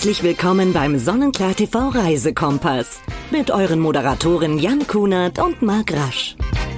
Herzlich willkommen beim Sonnenklar TV Reisekompass mit euren Moderatoren Jan Kunert und Marc Rasch.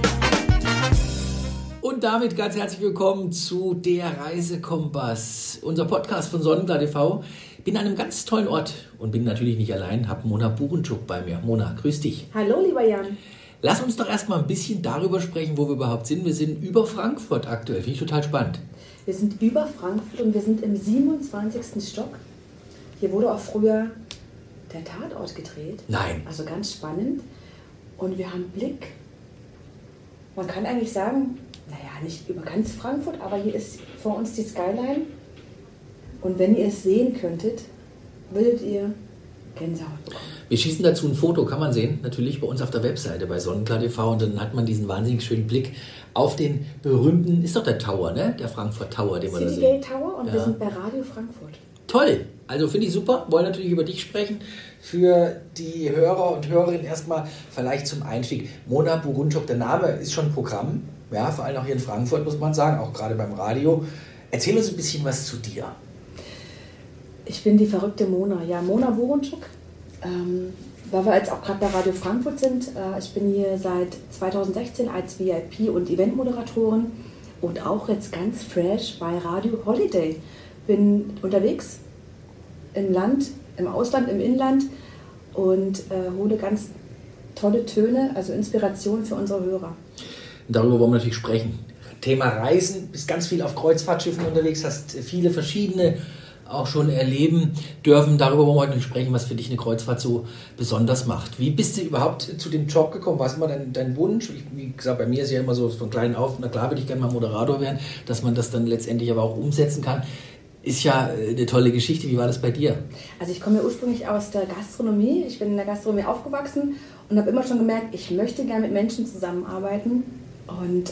Und damit ganz herzlich willkommen zu der Reisekompass, unser Podcast von Sonnenklar TV. Ich bin an einem ganz tollen Ort und bin natürlich nicht allein, habe Mona Burenschuk bei mir. Mona, grüß dich. Hallo, lieber Jan. Lass uns doch erstmal ein bisschen darüber sprechen, wo wir überhaupt sind. Wir sind über Frankfurt aktuell, finde ich total spannend. Wir sind über Frankfurt und wir sind im 27. Stock. Hier wurde auch früher der Tatort gedreht. Nein. Also ganz spannend. Und wir haben Blick. Man kann eigentlich sagen, naja, nicht über ganz Frankfurt, aber hier ist vor uns die Skyline. Und wenn ihr es sehen könntet, würdet ihr Gänsehaut bekommen. Wir schießen dazu ein Foto, kann man sehen, natürlich bei uns auf der Webseite bei Sonnenklar TV. Und dann hat man diesen wahnsinnig schönen Blick auf den berühmten, ist doch der Tower, ne? Der Frankfurt Tower, den wir da sehen. Citygate Tower und wir sind bei Radio Frankfurt. Toll, also finde ich super, wollen natürlich über dich sprechen. Für die Hörer und Hörerinnen erstmal vielleicht zum Einstieg. Mona Burenschuk, der Name ist schon Programm, ja, vor allem auch hier in Frankfurt muss man sagen, auch gerade beim Radio. Erzähl uns ein bisschen was zu dir. Ich bin die verrückte Mona, ja, Mona Burenschuk. Weil wir jetzt auch gerade bei Radio Frankfurt sind. Ich bin hier seit 2016 als VIP- und Eventmoderatorin und auch jetzt ganz fresh bei Radio Holiday. Bin unterwegs im Land, im Ausland, im Inland und hole ganz tolle Töne, also Inspiration für unsere Hörer. Und darüber wollen wir natürlich sprechen. Thema Reisen, bist ganz viel auf Kreuzfahrtschiffen unterwegs, hast viele verschiedene auch schon erleben dürfen. Darüber wollen wir heute sprechen, was für dich eine Kreuzfahrt so besonders macht. Wie bist du überhaupt zu dem Job gekommen? Was immer dein Wunsch? Wie gesagt, bei mir ist ja immer so von klein auf, na klar würde ich gerne mal Moderator werden, dass man das dann letztendlich aber auch umsetzen kann. Ist ja eine tolle Geschichte. Wie war das bei dir? Also ich komme ja ursprünglich aus der Gastronomie. Ich bin in der Gastronomie aufgewachsen und habe immer schon gemerkt, ich möchte gerne mit Menschen zusammenarbeiten. Und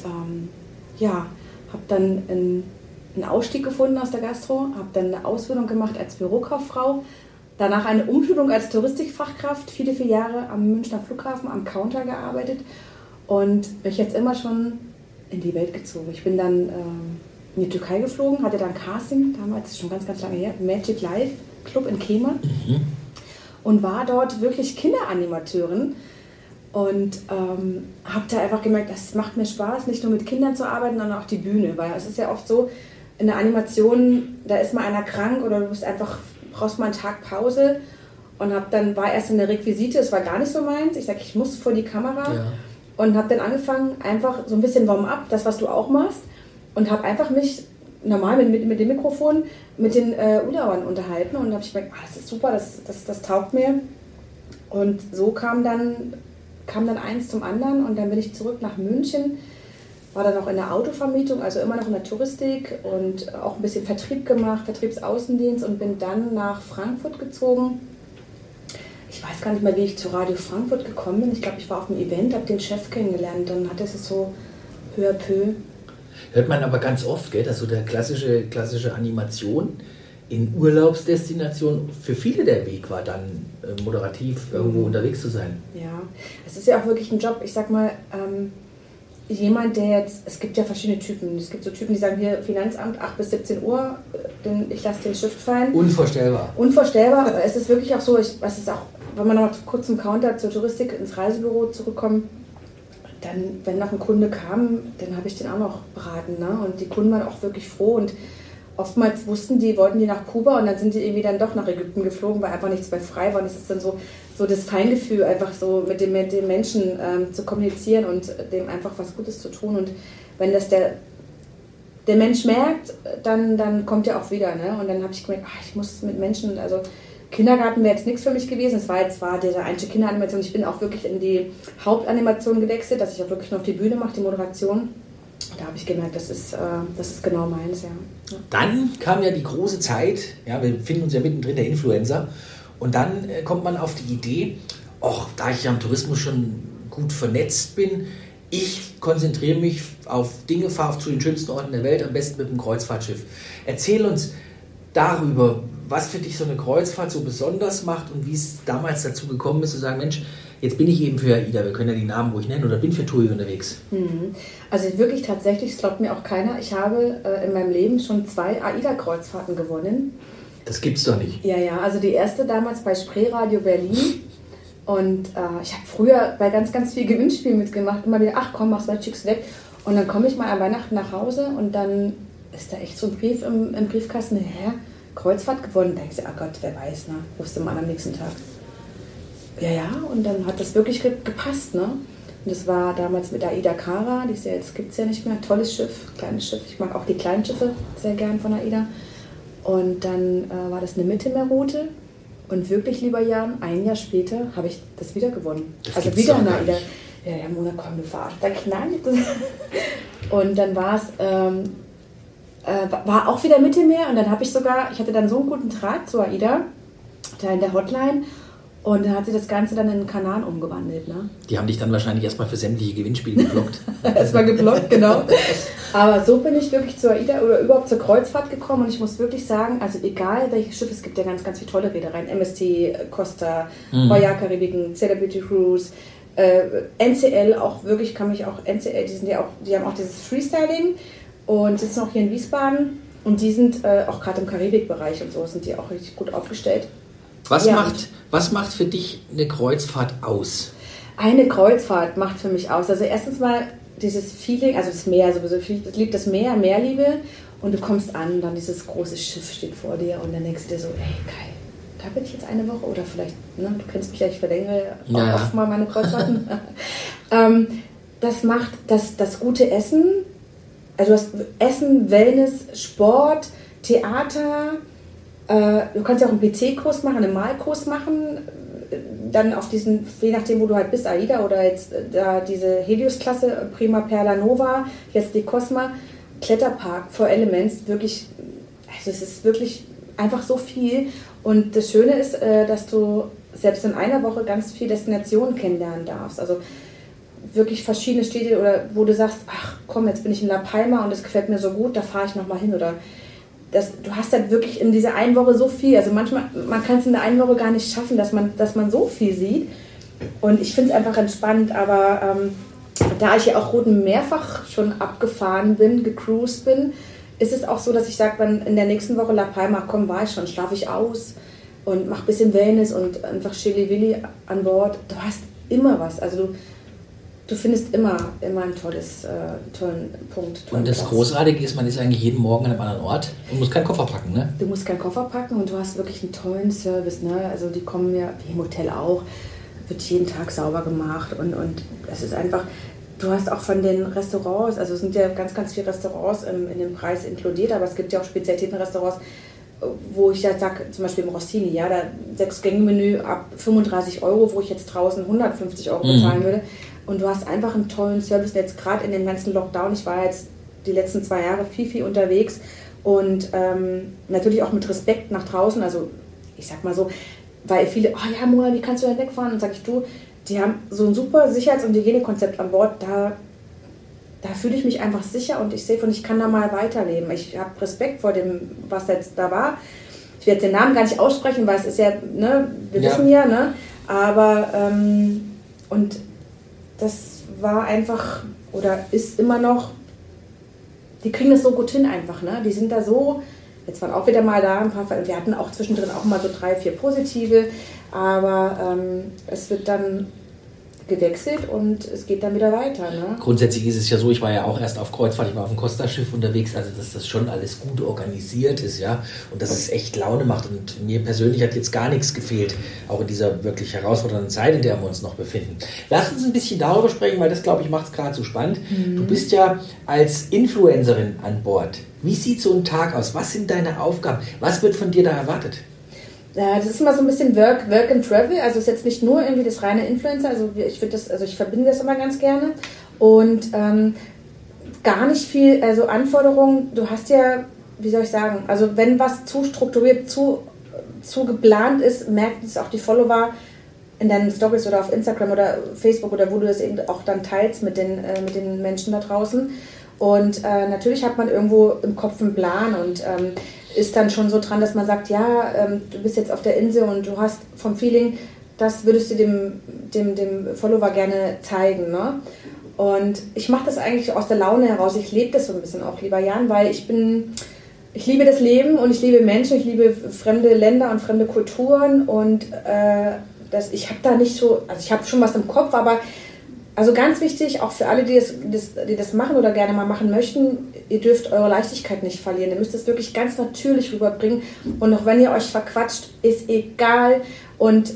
habe dann einen Ausstieg gefunden aus der Gastro, habe dann eine Ausbildung gemacht als Bürokauffrau, danach eine Umschulung als Touristikfachkraft, viele Jahre am Münchner Flughafen am Counter gearbeitet und mich jetzt immer schon in die Welt gezogen. Ich bin dann in die Türkei geflogen, hatte dann Casting, damals schon ganz, ganz lange her, Magic Life Club in Kemer und war dort wirklich Kinderanimateurin und habe da einfach gemerkt, das macht mir Spaß, nicht nur mit Kindern zu arbeiten, sondern auch die Bühne, weil es ist ja oft so, in der Animation, da ist mal einer krank oder du brauchst mal einen Tag Pause und war erst in der Requisite, das war gar nicht so meins, ich sag, ich muss vor die Kamera und habe dann angefangen, einfach so ein bisschen Warm-up, das was du auch machst und habe einfach mich normal mit dem Mikrofon mit den Urlaubern unterhalten und habe ich gemerkt, das ist super, das taugt mir und so kam dann eins zum anderen und dann bin ich zurück nach München, war dann auch in der Autovermietung, also immer noch in der Touristik und auch ein bisschen Vertrieb gemacht, Vertriebsaußendienst und bin dann nach Frankfurt gezogen. Ich weiß gar nicht mehr, wie ich zu Radio Frankfurt gekommen bin. Ich glaube, ich war auf einem Event, habe den Chef kennengelernt, dann hat es so peu à peu. Hört man aber ganz oft, gell, dass so der klassische Animation in Urlaubsdestinationen für viele der Weg war, dann moderativ irgendwo unterwegs zu sein. Ja, es ist ja auch wirklich ein Job, ich sag mal, jemand, der jetzt, es gibt ja verschiedene Typen. Es gibt so Typen, die sagen, hier Finanzamt 8 bis 17 Uhr, ich lasse den Stift fallen. Unvorstellbar. Unvorstellbar, aber es ist wirklich auch so, was ist auch, wenn wir noch mal kurz zum Counter zur Touristik ins Reisebüro zurückkommen, dann, wenn noch ein Kunde kam, dann habe ich den auch noch beraten. Ne? Und die Kunden waren auch wirklich froh und oftmals wollten die nach Kuba und dann sind die irgendwie dann doch nach Ägypten geflogen, weil einfach nichts mehr frei war. Und das ist dann so das Feingefühl, einfach so mit dem Menschen zu kommunizieren und dem einfach was Gutes zu tun. Und wenn das der Mensch merkt, dann kommt er auch wieder. Ne? Und dann habe ich gemerkt, ich muss mit Menschen, also Kindergarten wäre jetzt nichts für mich gewesen. Es war diese einzige Kinderanimation. Ich bin auch wirklich in die Hauptanimation gewechselt, dass ich auch wirklich noch die Bühne mache, die Moderation. Da habe ich gemerkt, das ist genau meins, ja. Dann kam ja die große Zeit, ja, wir befinden uns ja mittendrin der Influencer, und dann kommt man auf die Idee, da ich ja im Tourismus schon gut vernetzt bin, ich konzentriere mich auf Dinge, fahre zu den schönsten Orten der Welt, am besten mit einem Kreuzfahrtschiff. Erzähl uns darüber, was für dich so eine Kreuzfahrt so besonders macht und wie es damals dazu gekommen ist, zu sagen, Mensch, jetzt bin ich eben für AIDA, wir können ja die Namen ruhig nennen, oder bin für TUI unterwegs. Also wirklich tatsächlich, das glaubt mir auch keiner, ich habe in meinem Leben schon 2 AIDA-Kreuzfahrten gewonnen. Das gibt's doch nicht. Ja, also die erste damals bei Spreeradio Berlin. Und ich habe früher bei ganz, ganz viel Gewinnspielen mitgemacht. Immer wieder, ach komm, mach's mal, schick's weg. Und dann komme ich mal an Weihnachten nach Hause und dann ist da echt so ein Brief im Briefkasten. Kreuzfahrt gewonnen. Da denkst du, oh Gott, wer weiß, ne? Rufst du mal am nächsten Tag. Ja, und dann hat das wirklich gepasst, ne? Und das war damals mit AIDA Cara, die gibt es ja nicht mehr. Tolles Schiff, kleines Schiff. Ich mag auch die kleinen Schiffe sehr gern von AIDA. Und dann war das eine Mittelmeerroute. Und wirklich, lieber Jan, ein Jahr später habe ich das wieder gewonnen. Das also wieder eine AIDA. Ja, Mona, komm, du verarschst. Dann knallt das. Und dann war es, war auch wieder Mittelmeer. Und dann habe ich hatte dann so einen guten Draht zu AIDA, da in der Hotline. Und dann hat sie das Ganze dann in einen Kanal umgewandelt. Ne? Die haben dich dann wahrscheinlich erstmal für sämtliche Gewinnspiele geblockt. Erstmal geblockt, genau. Aber so bin ich wirklich zur AIDA oder überhaupt zur Kreuzfahrt gekommen. Und ich muss wirklich sagen, also egal welches Schiff, es gibt ja ganz, ganz viele tolle Reedereien. MSC, Costa, Royal Caribbean, Celebrity Cruise, NCL auch wirklich, NCL, die haben auch dieses Freestyling und sitzen auch hier in Wiesbaden. Und die sind auch gerade im Karibikbereich und so sind die auch richtig gut aufgestellt. Was macht für dich eine Kreuzfahrt aus? Eine Kreuzfahrt macht für mich aus. Also erstens mal dieses Feeling, also das Meer sowieso, ich liebe das Meer, Meerliebe. Und du kommst an, dann dieses große Schiff steht vor dir und dann denkst du dir so, ey geil, da bin ich jetzt eine Woche oder vielleicht, ne, du kennst mich ja, ich verlängere auch oft mal meine Kreuzfahrten. Das macht das gute Essen, also du hast Essen, Wellness, Sport, Theater. Du kannst ja auch einen PC-Kurs machen, einen Malkurs machen, dann auf diesen, je nachdem wo du halt bist, AIDA oder jetzt da diese Helios-Klasse, Prima Perla Nova, jetzt die Cosma, Kletterpark, 4 Elements, wirklich, also es ist wirklich einfach so viel und das Schöne ist, dass du selbst in einer Woche ganz viele Destinationen kennenlernen darfst, also wirklich verschiedene Städte oder wo du sagst, ach komm, jetzt bin ich in La Palma und das gefällt mir so gut, da fahre ich nochmal hin oder du hast halt wirklich in dieser einen Woche so viel, also manchmal, man kann es in der einen Woche gar nicht schaffen, dass man so viel sieht und ich finde es einfach entspannt, aber da ich ja auch Routen mehrfach schon abgefahren bin, gecruised bin, ist es auch so, dass ich sage, dann in der nächsten Woche La Palma, komm, war ich schon, schlafe ich aus und mache ein bisschen Wellness und einfach Chili-Willi an Bord, du hast immer was, also du findest immer einen tollen Punkt. Und das Großartige ist, man ist eigentlich jeden Morgen an einem anderen Ort und muss keinen Koffer packen, ne? Du musst keinen Koffer packen und du hast wirklich einen tollen Service, ne? Also die kommen ja, wie im Hotel auch, wird jeden Tag sauber gemacht und es ist einfach, du hast auch von den Restaurants, also es sind ja ganz, ganz viele Restaurants in dem Preis inkludiert, aber es gibt ja auch Spezialitätenrestaurants, wo ich ja sage, zum Beispiel im Rossini, ja, da 6-Gänge-Menü ab 35 €, wo ich jetzt draußen 150 € bezahlen würde. Und du hast einfach einen tollen Service, jetzt gerade in dem ganzen Lockdown. Ich war jetzt die letzten 2 Jahre viel unterwegs und natürlich auch mit Respekt nach draußen. Also ich sag mal so, weil viele, oh ja Mona, wie kannst du da wegfahren? Und sag ich, du, die haben so ein super Sicherheits- und Hygienekonzept an Bord, da fühle ich mich einfach sicher und ich sehe von, ich kann da mal weiterleben. Ich habe Respekt vor dem, was jetzt da war. Ich werde den Namen gar nicht aussprechen, weil es ist ja, ne, wir wissen ja, ne, aber und das war einfach oder ist immer noch, die kriegen das so gut hin einfach, ne, die sind da so, jetzt waren auch wieder mal da ein paar, wir hatten auch zwischendrin auch mal so 3, 4 positive, aber es wird dann gewechselt und es geht dann wieder weiter. Ne? Grundsätzlich ist es ja so, ich war ja auch erst auf Kreuzfahrt, ich war auf dem Costa-Schiff unterwegs, also dass das schon alles gut organisiert ist, ja, und dass es echt Laune macht und mir persönlich hat jetzt gar nichts gefehlt, auch in dieser wirklich herausfordernden Zeit, in der wir uns noch befinden. Lass uns ein bisschen darüber sprechen, weil das, glaube ich, macht es gerade so spannend. Du bist ja als Influencerin an Bord. Wie sieht so ein Tag aus? Was sind deine Aufgaben? Was wird von dir da erwartet? Das ist immer so ein bisschen Work and Travel, also ist jetzt nicht nur irgendwie das reine Influencer, also ich verbinde das immer ganz gerne und gar nicht viel, also Anforderungen, du hast ja, wie soll ich sagen, also wenn was zu strukturiert, zu geplant ist, merken es auch die Follower in deinen Stories oder auf Instagram oder Facebook oder wo du das eben auch dann teilst mit den Menschen da draußen und natürlich hat man irgendwo im Kopf einen Plan und ist dann schon so dran, dass man sagt, ja, du bist jetzt auf der Insel und du hast vom Feeling, das würdest du dem Follower gerne zeigen. Ne? Und ich mache das eigentlich aus der Laune heraus. Ich lebe das so ein bisschen auch, lieber Jan, weil ich bin ich liebe das Leben und ich liebe Menschen, ich liebe fremde Länder und fremde Kulturen und ich habe da nicht so, also ich habe schon was im Kopf, aber also ganz wichtig, auch für alle, die das machen oder gerne mal machen möchten, ihr dürft eure Leichtigkeit nicht verlieren. Ihr müsst es wirklich ganz natürlich rüberbringen. Und auch wenn ihr euch verquatscht, ist egal. Und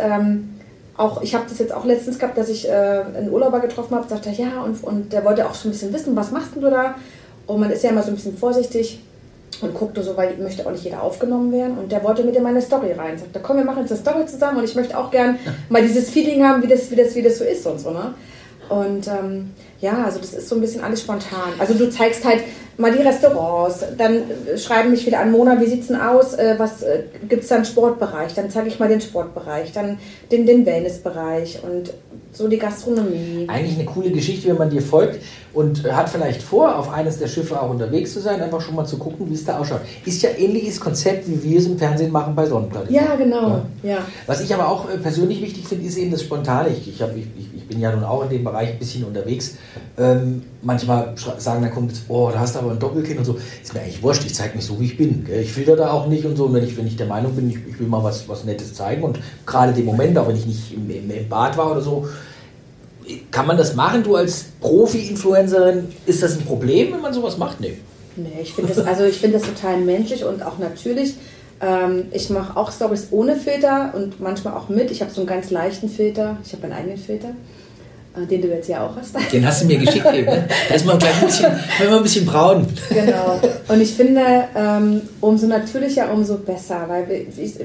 auch, ich habe das jetzt auch letztens gehabt, dass ich einen Urlauber getroffen habe, sagte, ja, und der wollte auch schon ein bisschen wissen, was machst du da? Und man ist ja immer so ein bisschen vorsichtig und guckt so, weil möchte auch nicht jeder aufgenommen werden. Und der wollte mit in meine Story rein. Sagte, komm, wir machen jetzt eine Story zusammen und ich möchte auch gern mal dieses Feeling haben, wie das so ist und so, ne? Und also das ist so ein bisschen alles spontan. Also du zeigst halt mal die Restaurants, dann schreiben mich wieder an, Mona, wie sieht's denn aus, was gibt's da im Sportbereich? Dann zeige ich mal den Sportbereich, dann den Wellnessbereich und so die Gastronomie. Eigentlich eine coole Geschichte, wenn man dir folgt und hat vielleicht vor, auf eines der Schiffe auch unterwegs zu sein, einfach schon mal zu gucken, wie es da ausschaut. Ist ja ähnliches Konzept, wie wir es im Fernsehen machen bei Sonnenplatte. Ja, genau. Ja. Was ich aber auch persönlich wichtig finde, ist eben das Spontane. Ich bin ja nun auch in dem Bereich ein bisschen unterwegs. Manchmal sagen dann Kumpels, oh, da hast du aber ein Doppelkinn und so. Ist mir eigentlich wurscht, ich zeige mich so, wie ich bin. Gell? Ich filter da auch nicht und so. Und wenn ich der Meinung bin, ich will mal was Nettes zeigen und gerade den Moment, auch wenn ich nicht im Bad war oder so, kann man das machen? Du als Profi-Influencerin, ist das ein Problem, wenn man sowas macht? Nee. Nee, ich finde das total menschlich und auch natürlich. Ich mache auch Stories ohne Filter und manchmal auch mit. Ich habe so einen ganz leichten Filter. Ich habe meinen eigenen Filter, den du jetzt ja auch hast. Den hast du mir geschickt eben. Da ist man gleich ein bisschen braun. Genau. Und ich finde, umso natürlicher, umso besser. Weil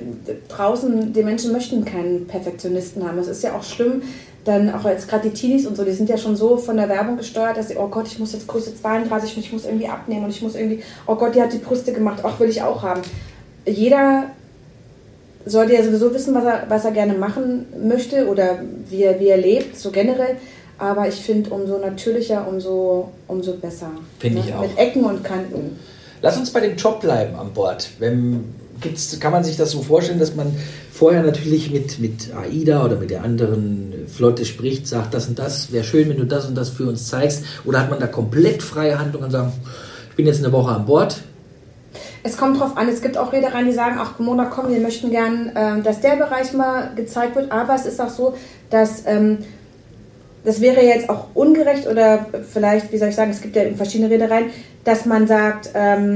draußen, die Menschen möchten keinen Perfektionisten haben. Es ist ja auch schlimm, dann auch jetzt gerade die Teenies und so, die sind ja schon so von der Werbung gesteuert, dass sie, oh Gott, ich muss jetzt Größe 32 und ich muss irgendwie abnehmen und ich muss irgendwie, oh Gott, die hat die Brüste gemacht, ach, will ich auch haben. Jeder sollte ja sowieso wissen, was er gerne machen möchte oder wie er lebt, so generell. Aber ich finde, umso natürlicher, umso besser. Finde ich auch. Mit Ecken und Kanten. Lass uns bei dem Job bleiben an Bord. Kann man sich das so vorstellen, dass man vorher natürlich mit AIDA oder mit der anderen Flotte spricht, sagt, das und das wäre schön, wenn du das und das für uns zeigst? Oder hat man da komplett freie Hand und kann sagen, ich bin jetzt eine Woche an Bord? Es kommt drauf an, es gibt auch Reedereien, die sagen, ach Mona, komm, wir möchten gern, dass der Bereich mal gezeigt wird, aber es ist auch so, dass das wäre jetzt auch ungerecht oder vielleicht, wie soll ich sagen, es gibt ja verschiedene Reedereien, dass man sagt,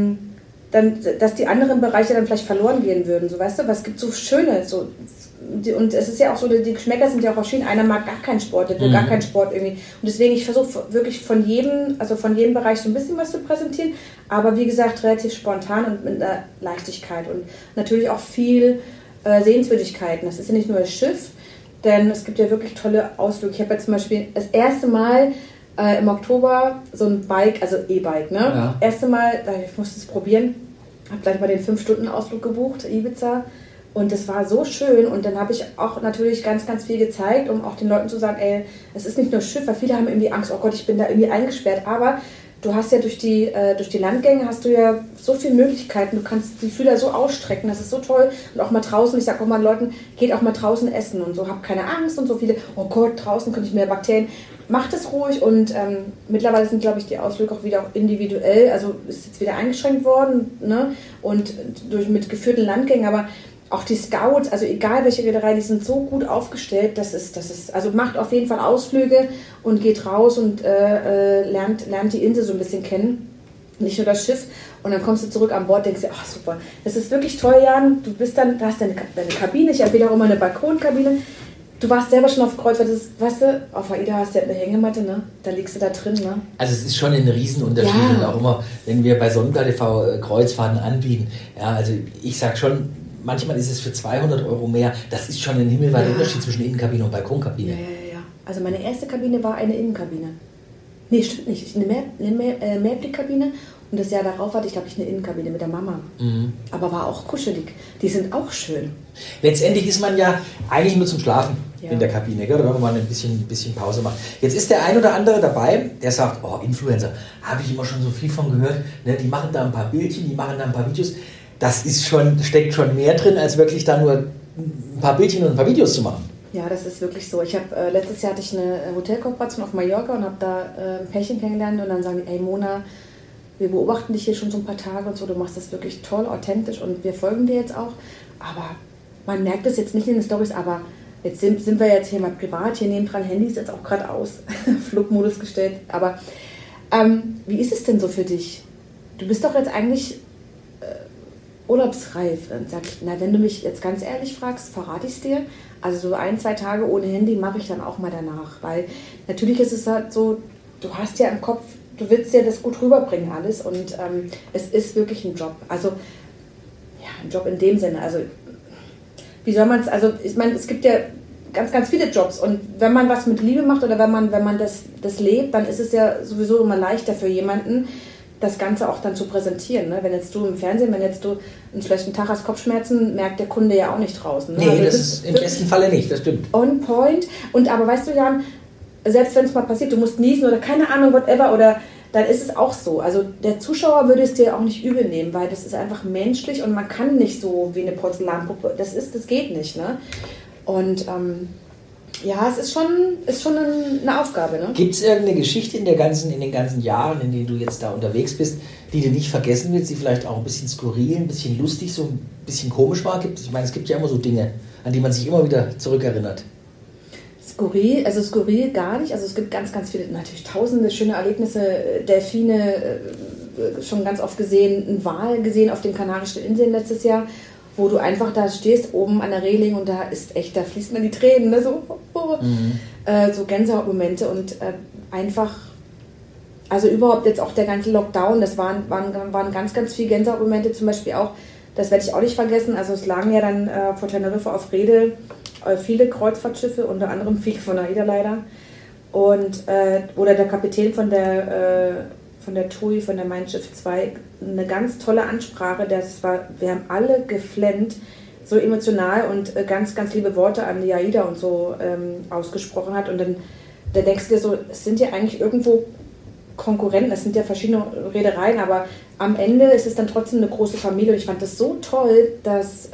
dass die anderen Bereiche dann vielleicht verloren gehen würden, so weißt du, was gibt so schöne, so und es ist ja auch so, die Geschmäcker sind ja auch verschieden. Einer mag gar keinen Sport, der will gar keinen Sport irgendwie. Und deswegen, ich versuche wirklich von jedem Bereich so ein bisschen was zu präsentieren, aber wie gesagt, relativ spontan und mit einer Leichtigkeit und natürlich auch viel Sehenswürdigkeiten. Das ist ja nicht nur das Schiff, denn es gibt ja wirklich tolle Ausflüge. Ich habe jetzt zum Beispiel das erste Mal im Oktober so ein Bike, also E-Bike, ne? Ja. Erste Mal, ich musste es probieren, habe gleich mal den 5-Stunden-Ausflug gebucht, Ibiza. Und das war so schön und dann habe ich auch natürlich ganz, ganz viel gezeigt, um auch den Leuten zu sagen, ey, es ist nicht nur Schiff, weil viele haben irgendwie Angst, oh Gott, ich bin da irgendwie eingesperrt, aber du hast ja durch die Landgänge hast du ja so viele Möglichkeiten, du kannst die Fühler so ausstrecken, das ist so toll und auch mal draußen, ich sage auch mal Leuten, geht auch mal draußen essen und so, habt keine Angst und so viele, oh Gott, draußen könnte ich mehr Bakterien, macht es ruhig und mittlerweile sind, glaube ich, die Ausflüge auch wieder individuell, also ist jetzt wieder eingeschränkt worden, ne? Und mit geführten Landgängen, aber auch die Scouts, also egal welche Reederei, die sind so gut aufgestellt, das ist, also macht auf jeden Fall Ausflüge und geht raus und lernt die Insel so ein bisschen kennen, nicht nur das Schiff. Und dann kommst du zurück an Bord, denkst dir, ach super, das ist wirklich toll, Jan, du hast deine Kabine, ich habe wieder auch immer eine Balkonkabine. Du warst selber schon auf Kreuzfahrt, weißt du, auf AIDA hast du ja eine Hängematte, ne? Da liegst du da drin, ne? Also es ist schon ein Riesenunterschied und auch immer, wenn wir bei Sonnenplatte TV Kreuzfahrten anbieten, ja, also ich sag schon, manchmal ist es für 200 € mehr. Das ist schon ein himmelweiter Unterschied zwischen Innenkabine und Balkonkabine. Ja. Also meine erste Kabine war eine Innenkabine. Nee, stimmt nicht. Eine Mehrblickkabine. Und das Jahr darauf hatte ich, glaube ich, eine Innenkabine mit der Mama. Mhm. Aber war auch kuschelig. Die sind auch schön. Letztendlich ist man ja eigentlich nur zum Schlafen in der Kabine, gell? Oder wenn man ein bisschen Pause macht. Jetzt ist der ein oder andere dabei, der sagt, oh, Influencer, habe ich immer schon so viel von gehört. Ne? Die machen da ein paar Bildchen, die machen da ein paar Videos. Das steckt schon mehr drin, als wirklich da nur ein paar Bildchen und ein paar Videos zu machen. Ja, das ist wirklich so. Letztes Jahr hatte ich eine Hotelkooperation auf Mallorca und habe da ein Pärchen kennengelernt und dann sagen die, ey Mona, wir beobachten dich hier schon so ein paar Tage und so, du machst das wirklich toll, authentisch und wir folgen dir jetzt auch. Aber man merkt es jetzt nicht in den Storys, aber jetzt sind wir jetzt hier mal privat, hier nebendran Handy ist jetzt auch gerade aus, Flugmodus gestellt. Aber wie ist es denn so für dich? Du bist doch jetzt eigentlich urlaubsreif. Und sag ich, na, wenn du mich jetzt ganz ehrlich fragst, verrate ich es dir. Also so 1-2 Tage ohne Handy mache ich dann auch mal danach. Weil natürlich ist es halt so, du hast ja im Kopf, du willst ja das gut rüberbringen alles und es ist wirklich ein Job. Also ja, ein Job in dem Sinne. Also wie soll man es, also ich meine, es gibt ja ganz, ganz viele Jobs und wenn man was mit Liebe macht oder wenn man das lebt, dann ist es ja sowieso immer leichter für jemanden, das Ganze auch dann zu präsentieren. Ne? Wenn jetzt du im Fernsehen, wenn jetzt du einen schlechten Tag hast, Kopfschmerzen, merkt der Kunde ja auch nicht draußen. Ne? Nee, also das ist im besten Falle nicht, das stimmt. On point. Und aber weißt du, Jan, selbst wenn es mal passiert, du musst niesen oder keine Ahnung, whatever, oder dann ist es auch so. Also der Zuschauer würde es dir auch nicht übel nehmen, weil das ist einfach menschlich und man kann nicht so wie eine Porzellanpuppe. Das geht nicht. Ne? Und ja, es ist schon eine Aufgabe. Ne? Gibt es irgendeine Geschichte in den ganzen Jahren, in denen du jetzt da unterwegs bist, die du nicht vergessen willst, die vielleicht auch ein bisschen skurril, ein bisschen lustig, so ein bisschen komisch war? Ich meine, es gibt ja immer so Dinge, an die man sich immer wieder zurückerinnert. Skurril gar nicht. Also es gibt ganz, ganz viele, natürlich tausende schöne Erlebnisse, Delfine, schon ganz oft gesehen, einen Wal gesehen auf den Kanarischen Inseln letztes Jahr, wo du einfach da stehst, oben an der Reling und da fließen dann die Tränen, ne? So Gänsehautmomente und einfach, also überhaupt jetzt auch der ganze Lockdown, das waren ganz, ganz viele Gänsehautmomente, zum Beispiel auch, das werde ich auch nicht vergessen, also es lagen ja dann vor Teneriffa auf Rede viele Kreuzfahrtschiffe, unter anderem viele von AIDA leider, und oder der Kapitän von der TUI, von der Mein Schiff 2, eine ganz tolle Ansprache, wir haben alle geflennt, so emotional und ganz, ganz liebe Worte an die AIDA und so ausgesprochen hat und dann denkst du dir so, es sind ja eigentlich irgendwo Konkurrenten, es sind ja verschiedene Reedereien, aber am Ende ist es dann trotzdem eine große Familie und ich fand das so toll, dass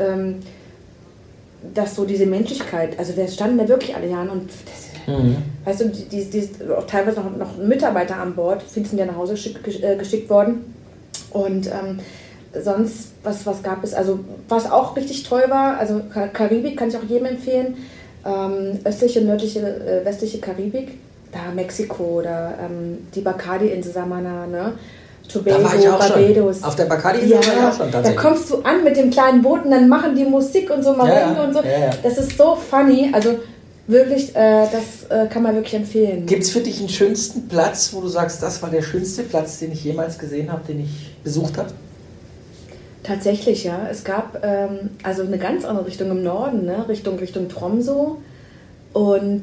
so diese Menschlichkeit, also wir standen da wirklich alle Jahren und weißt du, die auch teilweise noch Mitarbeiter an Bord, viele sind ja nach Hause geschickt worden und sonst, was gab es, also was auch richtig toll war, also Karibik kann ich auch jedem empfehlen, östliche, nördliche, westliche Karibik, da Mexiko oder die Bacardi-Insel Samana, ne? Tobago, da war ich auch Barbados. Schon. Auf der Bacardi-Insel war ich auch schon tatsächlich. Da kommst du an mit dem kleinen Boot und dann machen die Musik und so, Marimba und so. Ja. Das ist so funny, also wirklich, das kann man wirklich empfehlen. Gibt es für dich einen schönsten Platz, wo du sagst, das war der schönste Platz, den ich jemals gesehen habe, den ich besucht habe? Tatsächlich, ja. Es gab also eine ganz andere Richtung im Norden, ne? Richtung Tromsø. Und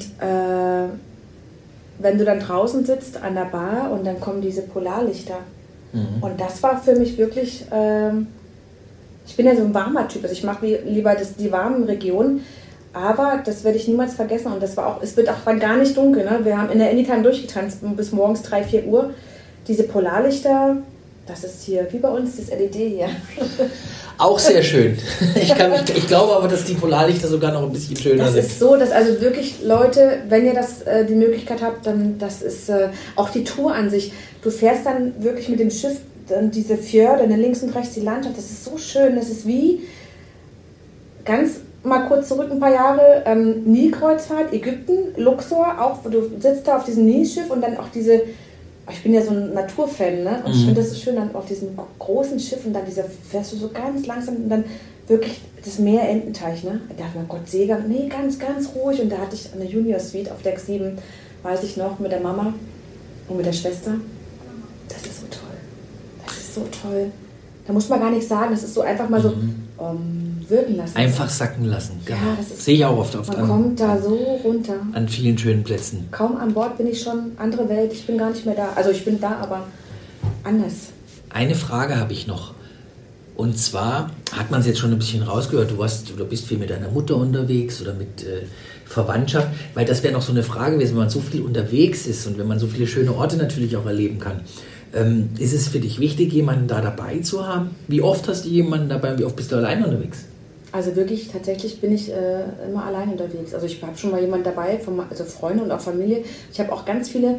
wenn du dann draußen sitzt an der Bar und dann kommen diese Polarlichter. Mhm. Und das war für mich wirklich, ich bin ja so ein warmer Typ, also ich mache lieber die warmen Regionen, aber das werde ich niemals vergessen und es wird auch gar nicht dunkel. Ne? Wir haben in der Anytime durchgetanzt bis morgens 3-4 Uhr. Diese Polarlichter, das ist hier wie bei uns, das LED hier. Auch sehr schön. Ich glaube aber, dass die Polarlichter sogar noch ein bisschen schöner sind. Das ist so, dass also wirklich Leute, wenn ihr die Möglichkeit habt, dann das ist auch die Tour an sich. Du fährst dann wirklich mit dem Schiff, dann diese Fjorde, dann links und rechts die Landschaft, das ist so schön. Das ist wie, ganz mal kurz zurück ein paar Jahre, Nilkreuzfahrt, Ägypten, Luxor, auch du sitzt da auf diesem Nilschiff und dann auch diese, ich bin ja so ein Naturfan, ne? Und ich finde das so schön, dann auf diesen großen Schiffen, dann fährst du so ganz langsam und dann wirklich das Meer Ententeich, ne? Da dachte man, Gott, Seegang, nee, ganz, ganz ruhig. Und da hatte ich eine Junior Suite auf Deck 7, weiß ich noch, mit der Mama und mit der Schwester. Das ist so toll. Das ist so toll. Da muss man gar nichts sagen, das ist so einfach mal so wirken lassen. Einfach sacken lassen, genau. Ja, das ist, sehe ich auch oft man kommt da so runter. An vielen schönen Plätzen. Kaum an Bord bin ich schon, andere Welt, ich bin gar nicht mehr da. Also ich bin da, aber anders. Eine Frage habe ich noch. Und zwar hat man es jetzt schon ein bisschen rausgehört, du bist viel mit deiner Mutter unterwegs oder mit Verwandtschaft, weil das wäre noch so eine Frage gewesen, wenn man so viel unterwegs ist und wenn man so viele schöne Orte natürlich auch erleben kann. Ist es für dich wichtig, jemanden da dabei zu haben? Wie oft hast du jemanden dabei und wie oft bist du allein unterwegs? Also wirklich, tatsächlich bin ich immer allein unterwegs. Also ich habe schon mal jemanden dabei, also Freunde und auch Familie. Ich habe auch ganz viele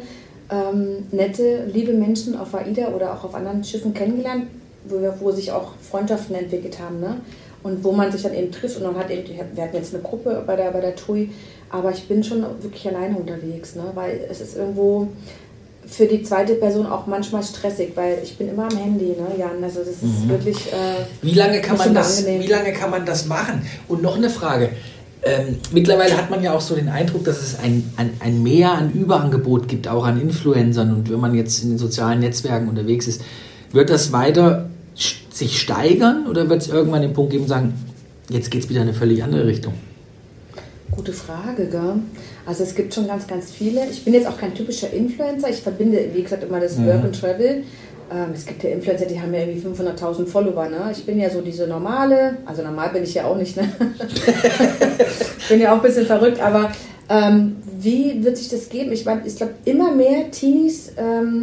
nette, liebe Menschen auf AIDA oder auch auf anderen Schiffen kennengelernt, wo sich auch Freundschaften entwickelt haben, ne? Und wo man sich dann eben trifft und man hat eben, wir hatten jetzt eine Gruppe bei der TUI, aber ich bin schon wirklich alleine unterwegs, ne? Weil es ist irgendwo für die zweite Person auch manchmal stressig, weil ich bin immer am Handy, ne, Jan, also das ist wirklich wie lange kann man das machen? Und noch eine Frage, mittlerweile hat man ja auch so den Eindruck, dass es ein Mehr an Überangebot gibt, auch an Influencern, und wenn man jetzt in den sozialen Netzwerken unterwegs ist, wird das weiter sich steigern oder wird es irgendwann den Punkt geben und sagen, jetzt geht es wieder in eine völlig andere Richtung? Gute Frage, gell? Also es gibt schon ganz, ganz viele. Ich bin jetzt auch kein typischer Influencer. Ich verbinde, wie gesagt, immer das Work and Travel. Es gibt ja Influencer, die haben ja irgendwie 500.000 Follower, ne? Ich bin ja so diese normale, also normal bin ich ja auch nicht, ne? Ich bin ja auch ein bisschen verrückt, aber wie wird sich das geben? Ich meine, ich glaube, immer mehr Teenies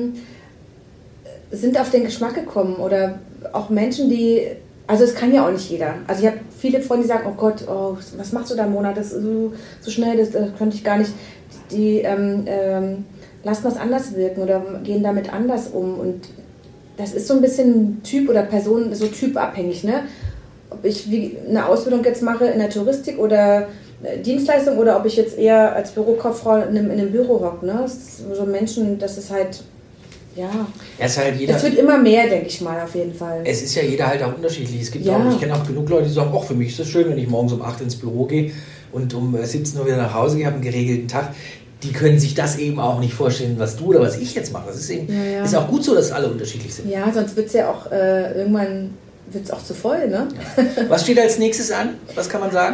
sind auf den Geschmack gekommen oder auch Menschen, die, also es kann ja auch nicht jeder. Also ich habe viele Freunde, die sagen, oh Gott, was machst du da im Monat, das ist so schnell, das könnte ich gar nicht, die lassen das anders wirken oder gehen damit anders um, und das ist so ein bisschen Typ oder Person, so typabhängig, ne? Ob ich eine Ausbildung jetzt mache in der Touristik oder Dienstleistung oder ob ich jetzt eher als Bürokauffrau in einem Büro hocke, ne? Das ist so Menschen, das ist halt, ja, es wird immer mehr, denke ich mal, auf jeden Fall. Es ist ja jeder halt auch unterschiedlich. Es gibt auch, ich kenne auch genug Leute, die sagen, für mich ist das schön, wenn ich morgens um 8 ins Büro gehe und um 17 Uhr wieder nach Hause gehe, habe einen geregelten Tag. Die können sich das eben auch nicht vorstellen, was du oder was ich jetzt mache. Das ist eben, ist auch gut so, dass alle unterschiedlich sind. Ja, sonst wird es ja auch irgendwann wird's auch zu voll, ne? Ja. Was steht als nächstes an? Was kann man sagen?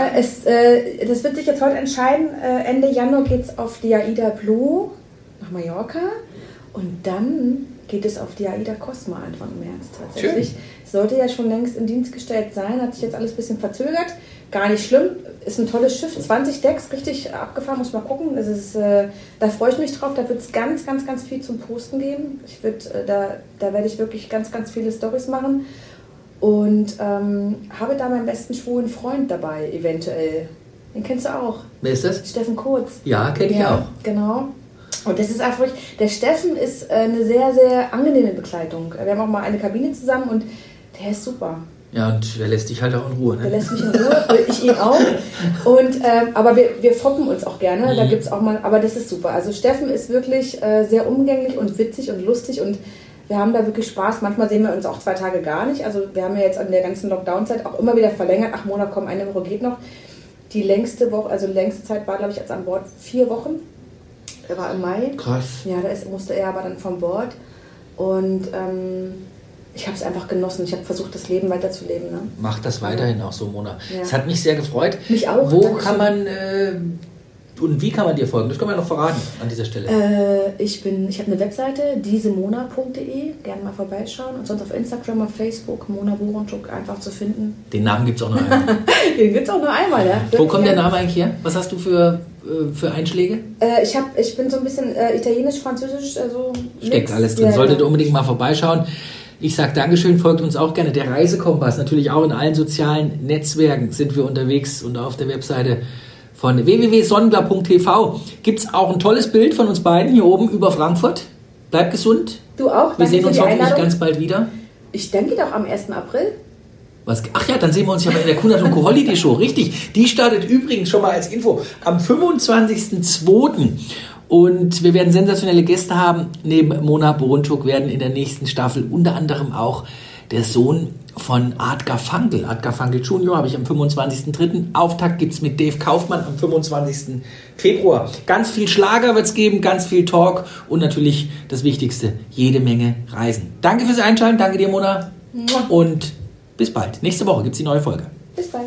Das wird sich jetzt heute entscheiden. Ende Januar geht es auf die AIDA Blue nach Mallorca. Und dann geht es auf die AIDA Cosma Anfang März tatsächlich. Schön. Es sollte ja schon längst in Dienst gestellt sein, hat sich jetzt alles ein bisschen verzögert. Gar nicht schlimm, ist ein tolles Schiff, 20 Decks, richtig abgefahren, muss mal gucken. Es ist, da freue ich mich drauf, da wird es ganz, ganz, ganz viel zum Posten geben. Da werde ich wirklich ganz, ganz viele Storys machen. Und habe da meinen besten schwulen Freund dabei, eventuell. Den kennst du auch. Wer ist das? Steffen Kurz. Ja, kenne ich auch. Genau. Und das ist einfach, der Steffen ist eine sehr, sehr angenehme Begleitung. Wir haben auch mal eine Kabine zusammen und der ist super. Ja, und der lässt dich halt auch in Ruhe, ne? Der lässt mich in Ruhe, ich ihn auch. Und, aber wir foppen uns auch gerne, da gibt's auch mal, aber das ist super. Also Steffen ist wirklich sehr umgänglich und witzig und lustig und wir haben da wirklich Spaß. Manchmal sehen wir uns auch 2 Tage gar nicht. Also wir haben ja jetzt an der ganzen Lockdown-Zeit auch immer wieder verlängert. 8 Monate kommen, 1 Woche geht noch. Die längste Woche, also die längste Zeit war, glaube ich, jetzt an Bord 4 Wochen. Er war im Mai. Krass. Ja, musste er aber dann von Bord. Und ich habe es einfach genossen. Ich habe versucht, das Leben weiterzuleben. Ne? Mach das weiterhin auch so, Mona. Es hat mich sehr gefreut. Mich auch. Wo kann man und wie kann man dir folgen? Das können wir noch verraten an dieser Stelle. Ich habe eine Webseite, diesemona.de. Gerne mal vorbeischauen. Und sonst auf Instagram, auf Facebook, Mona Boronczuk einfach zu finden. Den Namen gibt es auch nur einmal. Den gibt es auch nur einmal, ja. Wo kommt der Name eigentlich her? Was hast du für Einschläge? Ich bin so ein bisschen italienisch, französisch. Steckt alles drin. Solltet ihr unbedingt mal vorbeischauen. Ich sage Dankeschön, folgt uns auch gerne. Der Reisekompass, natürlich auch in allen sozialen Netzwerken sind wir unterwegs und auf der Webseite von www.sonnenglar.tv gibt es auch ein tolles Bild von uns beiden hier oben über Frankfurt. Bleibt gesund. Du auch. Wir sehen uns hoffentlich ganz bald wieder. Ich denke doch am 1. April. Ach ja, dann sehen wir uns ja mal in der Kunert & Co. Holiday Show. Richtig. Die startet übrigens schon mal als Info am 25.02. Und wir werden sensationelle Gäste haben. Neben Mona Boronczuk werden in der nächsten Staffel unter anderem auch der Sohn von Art Garfunkel. Art Garfunkel Jr. habe ich am 25.03. Auftakt gibt es mit Dave Kaufmann am 25. Februar. Ganz viel Schlager wird es geben, ganz viel Talk und natürlich das Wichtigste, jede Menge Reisen. Danke fürs Einschalten, danke dir, Mona. Und bis bald. Nächste Woche gibt es die neue Folge. Bis bald.